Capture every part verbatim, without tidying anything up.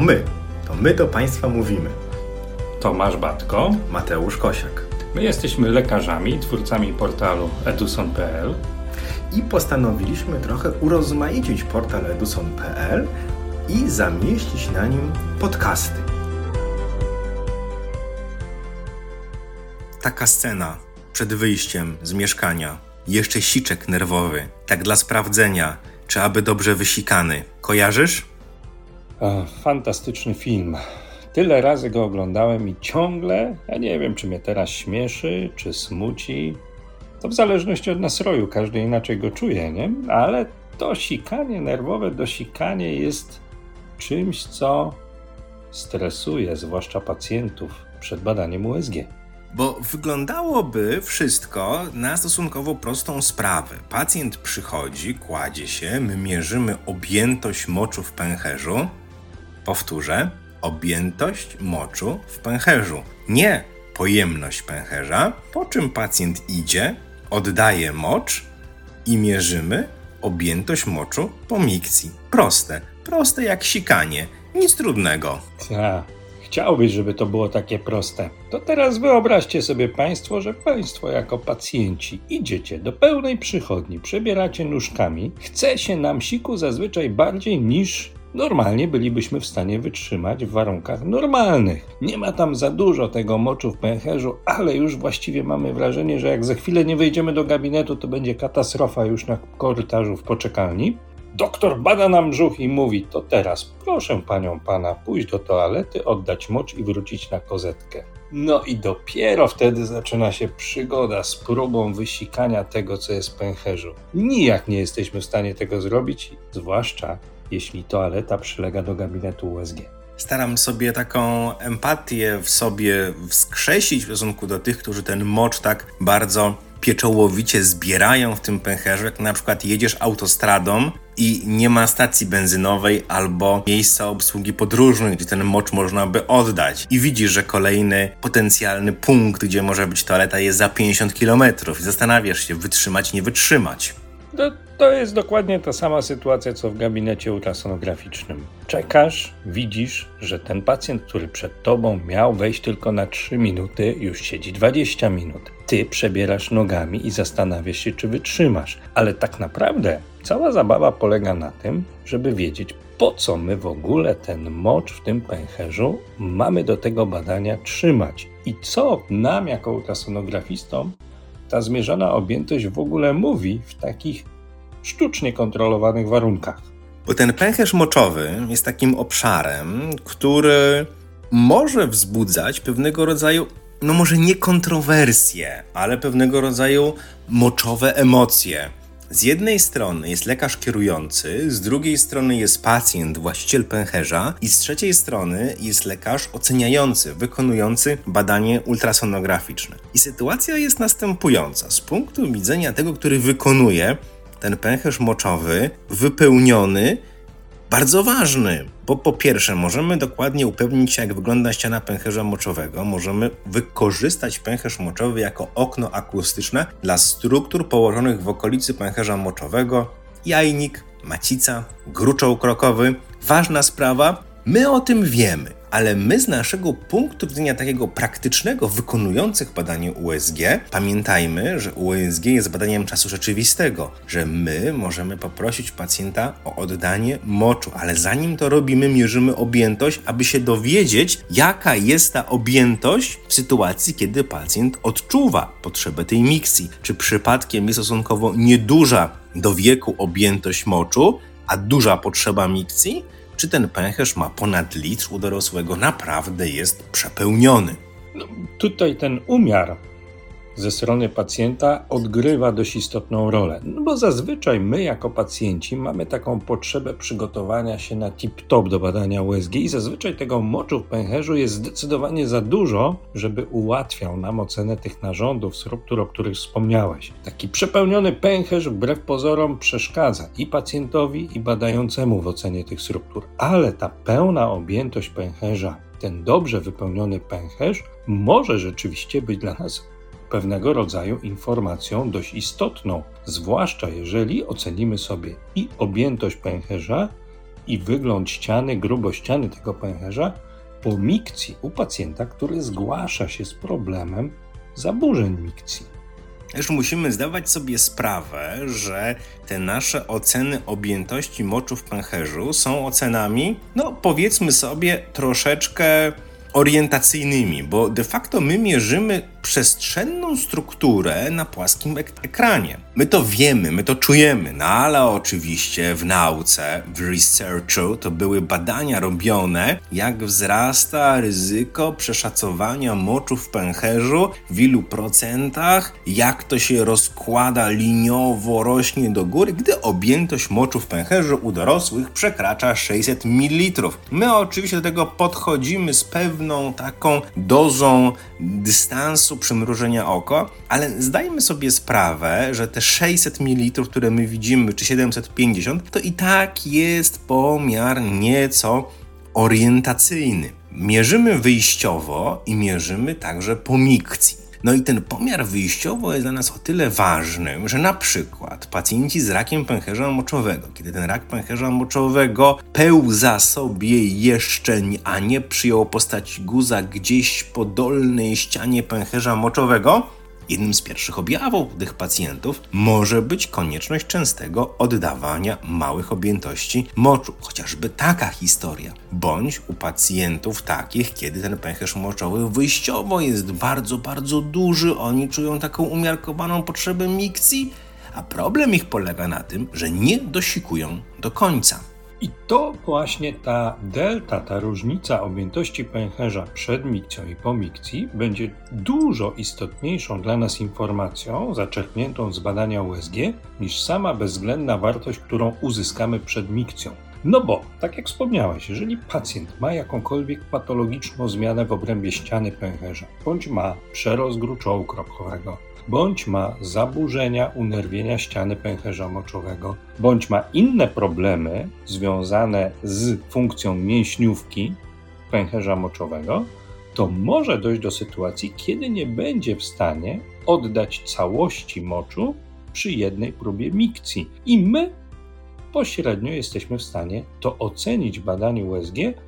my, to my do Państwa mówimy. Tomasz Batko, Mateusz Kosiak. My jesteśmy lekarzami, twórcami portalu edusson kropka p l i postanowiliśmy trochę urozmaicić portal edusson kropka p l i zamieścić na nim podcasty. Taka scena przed wyjściem z mieszkania. Jeszcze siczek nerwowy, tak dla sprawdzenia, czy aby dobrze wysikany. Kojarzysz? O, fantastyczny film. Tyle razy go oglądałem i ciągle, ja nie wiem, czy mnie teraz śmieszy, czy smuci. To w zależności od nastroju, każdy inaczej go czuje, nie? Ale to sikanie nerwowe, dosikanie jest czymś, co stresuje, zwłaszcza pacjentów przed badaniem U S G. Bo wyglądałoby wszystko na stosunkowo prostą sprawę. Pacjent przychodzi, kładzie się, my mierzymy objętość moczu w pęcherzu. Powtórzę, objętość moczu w pęcherzu. Nie pojemność pęcherza, po czym pacjent idzie, oddaje mocz i mierzymy objętość moczu po mikcji. Proste, proste jak sikanie, nic trudnego. Ta. Chciałbyś, żeby to było takie proste. To teraz wyobraźcie sobie Państwo, że Państwo jako pacjenci idziecie do pełnej przychodni, przebieracie nóżkami. Chce się nam siku zazwyczaj bardziej niż normalnie bylibyśmy w stanie wytrzymać w warunkach normalnych. Nie ma tam za dużo tego moczu w pęcherzu, ale już właściwie mamy wrażenie, że jak za chwilę nie wejdziemy do gabinetu, to będzie katastrofa już na korytarzu w poczekalni. Doktor bada nam brzuch i mówi, to teraz proszę panią pana pójść do toalety, oddać mocz i wrócić na kozetkę. No i dopiero wtedy zaczyna się przygoda z próbą wysikania tego, co jest w pęcherzu. Nijak nie jesteśmy w stanie tego zrobić, zwłaszcza jeśli toaleta przylega do gabinetu U S G. Staram sobie taką empatię w sobie wskrzesić w stosunku do tych, którzy ten mocz tak bardzo pieczołowicie zbierają w tym pęcherzu, jak na przykład jedziesz autostradą i nie ma stacji benzynowej albo miejsca obsługi podróżnych, gdzie ten mocz można by oddać. I widzisz, że kolejny potencjalny punkt, gdzie może być toaleta, jest za pięćdziesiąt kilometrów i zastanawiasz się, wytrzymać, nie wytrzymać. To, to jest dokładnie ta sama sytuacja, co w gabinecie ultrasonograficznym. Czekasz, widzisz, że ten pacjent, który przed tobą miał wejść tylko na trzy minuty, już siedzi dwadzieścia minut. Ty przebierasz nogami i zastanawiasz się, czy wytrzymasz. Ale tak naprawdę cała zabawa polega na tym, żeby wiedzieć, po co my w ogóle ten mocz w tym pęcherzu mamy do tego badania trzymać. I co nam jako ultrasonografistom ta zmierzona objętość w ogóle mówi w takich sztucznie kontrolowanych warunkach. Bo ten pęcherz moczowy jest takim obszarem, który może wzbudzać pewnego rodzaju, no może nie kontrowersje, ale pewnego rodzaju moczowe emocje. Z jednej strony jest lekarz kierujący, z drugiej strony jest pacjent, właściciel pęcherza i z trzeciej strony jest lekarz oceniający, wykonujący badanie ultrasonograficzne. I sytuacja jest następująca. Z punktu widzenia tego, który wykonuje ten pęcherz moczowy, wypełniony, bardzo ważny, bo po pierwsze możemy dokładnie upewnić się, jak wygląda ściana pęcherza moczowego. Możemy wykorzystać pęcherz moczowy jako okno akustyczne dla struktur położonych w okolicy pęcherza moczowego. Jajnik, macica, gruczoł krokowy. Ważna sprawa, my o tym wiemy, ale my z naszego punktu widzenia takiego praktycznego, wykonujących badanie U S G, pamiętajmy, że U S G jest badaniem czasu rzeczywistego, że my możemy poprosić pacjenta o oddanie moczu, ale zanim to robimy, mierzymy objętość, aby się dowiedzieć, jaka jest ta objętość w sytuacji, kiedy pacjent odczuwa potrzebę tej miksji. Czy przypadkiem jest stosunkowo nieduża do wieku objętość moczu, a duża potrzeba mikcji? Czy ten pęcherz ma ponad litr u dorosłego, naprawdę jest przepełniony. No, tutaj ten umiar ze strony pacjenta odgrywa dość istotną rolę. No bo zazwyczaj my jako pacjenci mamy taką potrzebę przygotowania się na tip-top do badania U S G i zazwyczaj tego moczu w pęcherzu jest zdecydowanie za dużo, żeby ułatwiał nam ocenę tych narządów, struktur, o których wspomniałeś. Taki przepełniony pęcherz wbrew pozorom przeszkadza i pacjentowi, i badającemu w ocenie tych struktur. Ale ta pełna objętość pęcherza, ten dobrze wypełniony pęcherz może rzeczywiście być dla nas pewnego rodzaju informacją dość istotną, zwłaszcza jeżeli ocenimy sobie i objętość pęcherza, i wygląd ściany, grubość ściany tego pęcherza po mikcji u pacjenta, który zgłasza się z problemem zaburzeń mikcji. Już musimy zdawać sobie sprawę, że te nasze oceny objętości moczu w pęcherzu są ocenami, no powiedzmy sobie, troszeczkę orientacyjnymi, bo de facto my mierzymy przestrzenną strukturę na płaskim ek- ekranie. My to wiemy, my to czujemy, no ale oczywiście w nauce, w researchu to były badania robione, jak wzrasta ryzyko przeszacowania moczu w pęcherzu, w ilu procentach, jak to się rozkłada liniowo, rośnie do góry, gdy objętość moczu w pęcherzu u dorosłych przekracza sześćset mililitrów. My oczywiście do tego podchodzimy z pewną taką dozą dystansu, przymrużenia oka, ale zdajmy sobie sprawę, że te sześćset mililitrów, które my widzimy, czy siedemset pięćdziesiąt, to i tak jest pomiar nieco orientacyjny. Mierzymy wyjściowo i mierzymy także po mikcji. No i ten pomiar wyjściowo jest dla nas o tyle ważny, że na przykład pacjenci z rakiem pęcherza moczowego, kiedy ten rak pęcherza moczowego pełza sobie jeszcze, a nie przyjął postaci guza gdzieś po dolnej ścianie pęcherza moczowego, jednym z pierwszych objawów tych pacjentów może być konieczność częstego oddawania małych objętości moczu. Chociażby taka historia. Bądź u pacjentów takich, kiedy ten pęcherz moczowy wyjściowo jest bardzo, bardzo duży, oni czują taką umiarkowaną potrzebę mikcji, a problem ich polega na tym, że nie dosikują do końca. I to właśnie ta delta, ta różnica objętości pęcherza przed mikcją i po mikcji będzie dużo istotniejszą dla nas informacją zaczerpniętą z badania U S G niż sama bezwzględna wartość, którą uzyskamy przed mikcją. No bo, tak jak wspomniałeś, jeżeli pacjent ma jakąkolwiek patologiczną zmianę w obrębie ściany pęcherza, bądź ma przerost gruczołu kropkowego, bądź ma zaburzenia unerwienia ściany pęcherza moczowego, bądź ma inne problemy związane z funkcją mięśniówki pęcherza moczowego, to może dojść do sytuacji, kiedy nie będzie w stanie oddać całości moczu przy jednej próbie mikcji. I my pośrednio jesteśmy w stanie to ocenić w badaniu U S G,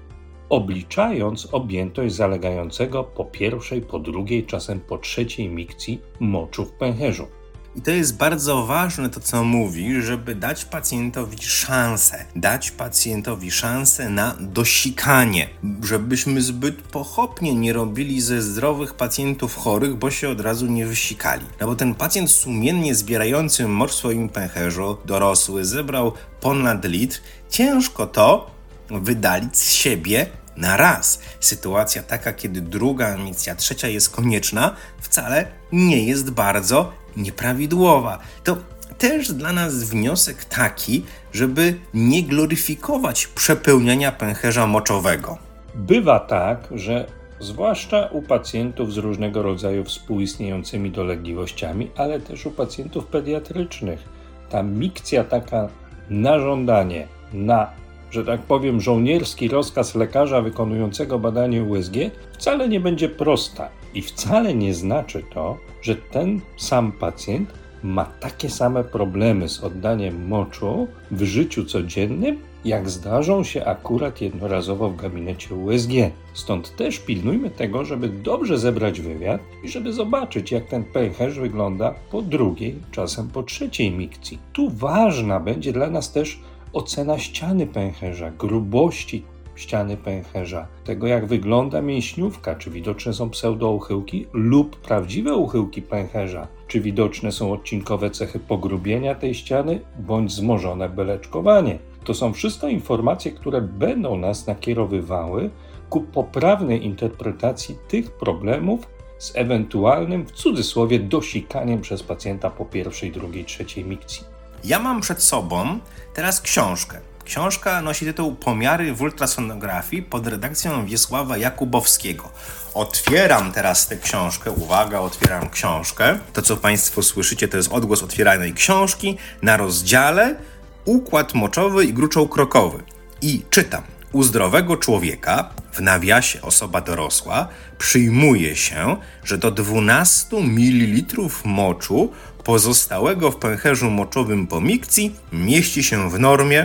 obliczając objętość zalegającego po pierwszej, po drugiej, czasem po trzeciej mikcji moczu w pęcherzu. I to jest bardzo ważne to, co mówi, żeby dać pacjentowi szansę, dać pacjentowi szansę na dosikanie, żebyśmy zbyt pochopnie nie robili ze zdrowych pacjentów chorych, bo się od razu nie wysikali. No bo ten pacjent sumiennie zbierający mocz w swoim pęcherzu, dorosły, zebrał ponad litr, ciężko to wydalić z siebie na raz. Sytuacja taka, kiedy druga mikcja, trzecia jest konieczna, wcale nie jest bardzo nieprawidłowa. To też dla nas wniosek taki, żeby nie gloryfikować przepełniania pęcherza moczowego. Bywa tak, że zwłaszcza u pacjentów z różnego rodzaju współistniejącymi dolegliwościami, ale też u pacjentów pediatrycznych, ta mikcja taka na żądanie, na, że tak powiem, żołnierski rozkaz lekarza wykonującego badanie U S G wcale nie będzie prosta i wcale nie znaczy to, że ten sam pacjent ma takie same problemy z oddaniem moczu w życiu codziennym, jak zdarzą się akurat jednorazowo w gabinecie U S G. Stąd też pilnujmy tego, żeby dobrze zebrać wywiad i żeby zobaczyć, jak ten pęcherz wygląda po drugiej, czasem po trzeciej mikcji. Tu ważna będzie dla nas też ocena ściany pęcherza, grubości ściany pęcherza, tego jak wygląda mięśniówka, czy widoczne są pseudouchyłki lub prawdziwe uchyłki pęcherza, czy widoczne są odcinkowe cechy pogrubienia tej ściany, bądź wzmożone beleczkowanie. To są wszystko informacje, które będą nas nakierowywały ku poprawnej interpretacji tych problemów z ewentualnym, w cudzysłowie, dosikaniem przez pacjenta po pierwszej, drugiej, trzeciej mikcji. Ja mam przed sobą teraz książkę. Książka nosi tytuł Pomiary w ultrasonografii pod redakcją Wiesława Jakubowskiego. Otwieram teraz tę książkę. Uwaga, otwieram książkę. To, co Państwo słyszycie, to jest odgłos otwieranej książki na rozdziale Układ moczowy i gruczoł krokowy. I czytam. U zdrowego człowieka, w nawiasie osoba dorosła, przyjmuje się, że do dwanaście mililitrów moczu pozostałego w pęcherzu moczowym po mikcji mieści się w normie,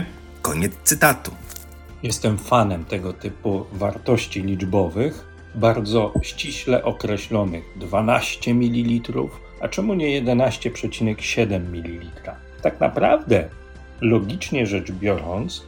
Koniec cytatu. Jestem fanem tego typu wartości liczbowych, bardzo ściśle określonych. dwanaście mililitrów, a czemu nie jedenaście przecinek siedem mililitra? Tak naprawdę, logicznie rzecz biorąc,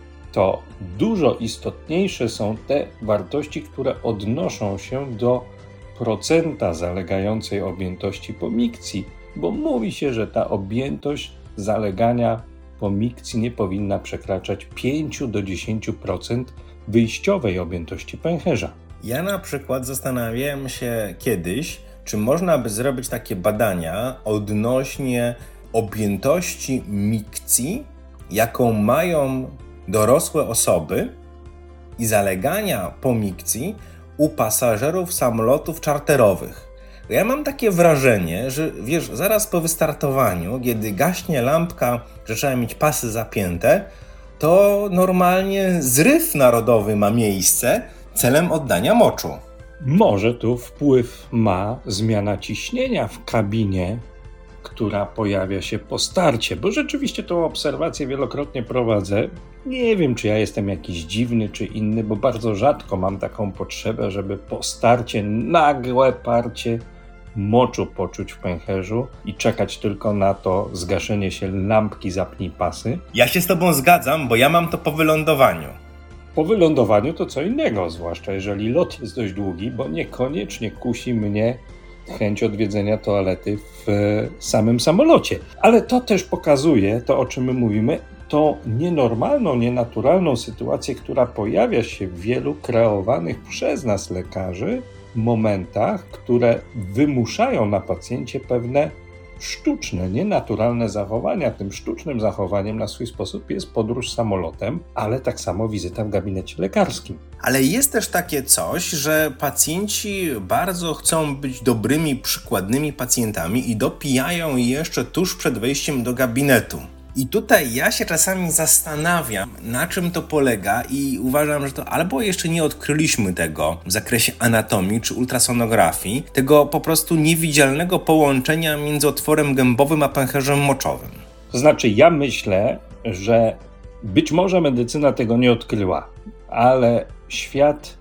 to dużo istotniejsze są te wartości, które odnoszą się do procenta zalegającej objętości po mikcji, bo mówi się, że ta objętość zalegania po mikcji nie powinna przekraczać pięć do dziesięciu procent wyjściowej objętości pęcherza. Ja na przykład zastanawiałem się kiedyś, czy można by zrobić takie badania odnośnie objętości mikcji, jaką mają dorosłe osoby i zalegania po mikcji u pasażerów samolotów czarterowych. Ja mam takie wrażenie, że wiesz, zaraz po wystartowaniu, kiedy gaśnie lampka, że trzeba mieć pasy zapięte, to normalnie zryw narodowy ma miejsce celem oddania moczu. Może tu wpływ ma zmiana ciśnienia w kabinie, która pojawia się po starcie, bo rzeczywiście tą obserwację wielokrotnie prowadzę. Nie wiem, czy ja jestem jakiś dziwny, czy inny, bo bardzo rzadko mam taką potrzebę, żeby po starcie nagłe parcie moczu poczuć w pęcherzu i czekać tylko na to zgaszenie się lampki zapnij pasy. Ja się z tobą zgadzam, bo ja mam to po wylądowaniu. Po wylądowaniu to co innego, zwłaszcza jeżeli lot jest dość długi, bo niekoniecznie kusi mnie chęć odwiedzenia toalety w samym samolocie. Ale to też pokazuje, to o czym my mówimy, to nienormalną, nienaturalną sytuację, która pojawia się w wielu kreowanych przez nas lekarzy momentach, które wymuszają na pacjencie pewne sztuczne, nienaturalne zachowania. Tym sztucznym zachowaniem na swój sposób jest podróż samolotem, ale tak samo wizyta w gabinecie lekarskim. Ale jest też takie coś, że pacjenci bardzo chcą być dobrymi, przykładnymi pacjentami i dopijają jeszcze tuż przed wejściem do gabinetu. I tutaj ja się czasami zastanawiam, na czym to polega i uważam, że to albo jeszcze nie odkryliśmy tego w zakresie anatomii czy ultrasonografii, tego po prostu niewidzialnego połączenia między otworem gębowym a pęcherzem moczowym. To znaczy ja myślę, że być może medycyna tego nie odkryła, ale świat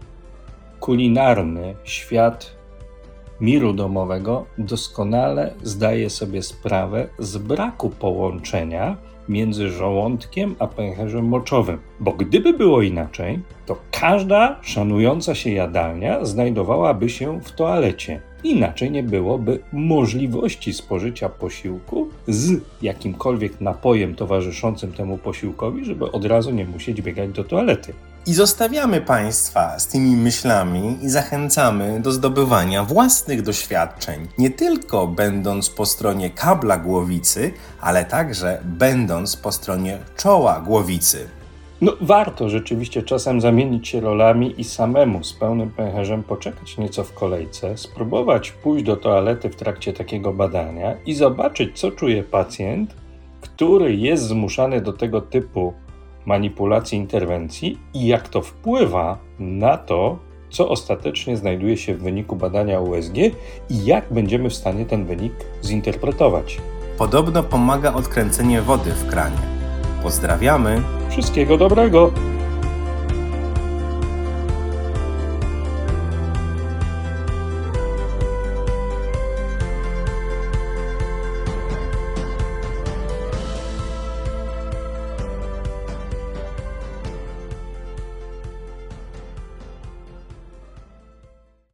kulinarny, świat miru domowego doskonale zdaje sobie sprawę z braku połączenia między żołądkiem a pęcherzem moczowym. Bo gdyby było inaczej, to każda szanująca się jadalnia znajdowałaby się w toalecie. Inaczej nie byłoby możliwości spożycia posiłku z jakimkolwiek napojem towarzyszącym temu posiłkowi, żeby od razu nie musieć biegać do toalety. I zostawiamy Państwa z tymi myślami i zachęcamy do zdobywania własnych doświadczeń, nie tylko będąc po stronie kabla głowicy, ale także będąc po stronie czoła głowicy. No warto rzeczywiście czasem zamienić się rolami i samemu z pełnym pęcherzem poczekać nieco w kolejce, spróbować pójść do toalety w trakcie takiego badania i zobaczyć, co czuje pacjent, który jest zmuszany do tego typu manipulacji, interwencji i jak to wpływa na to, co ostatecznie znajduje się w wyniku badania U S G i jak będziemy w stanie ten wynik zinterpretować. Podobno pomaga odkręcenie wody w kranie. Pozdrawiamy! Wszystkiego dobrego!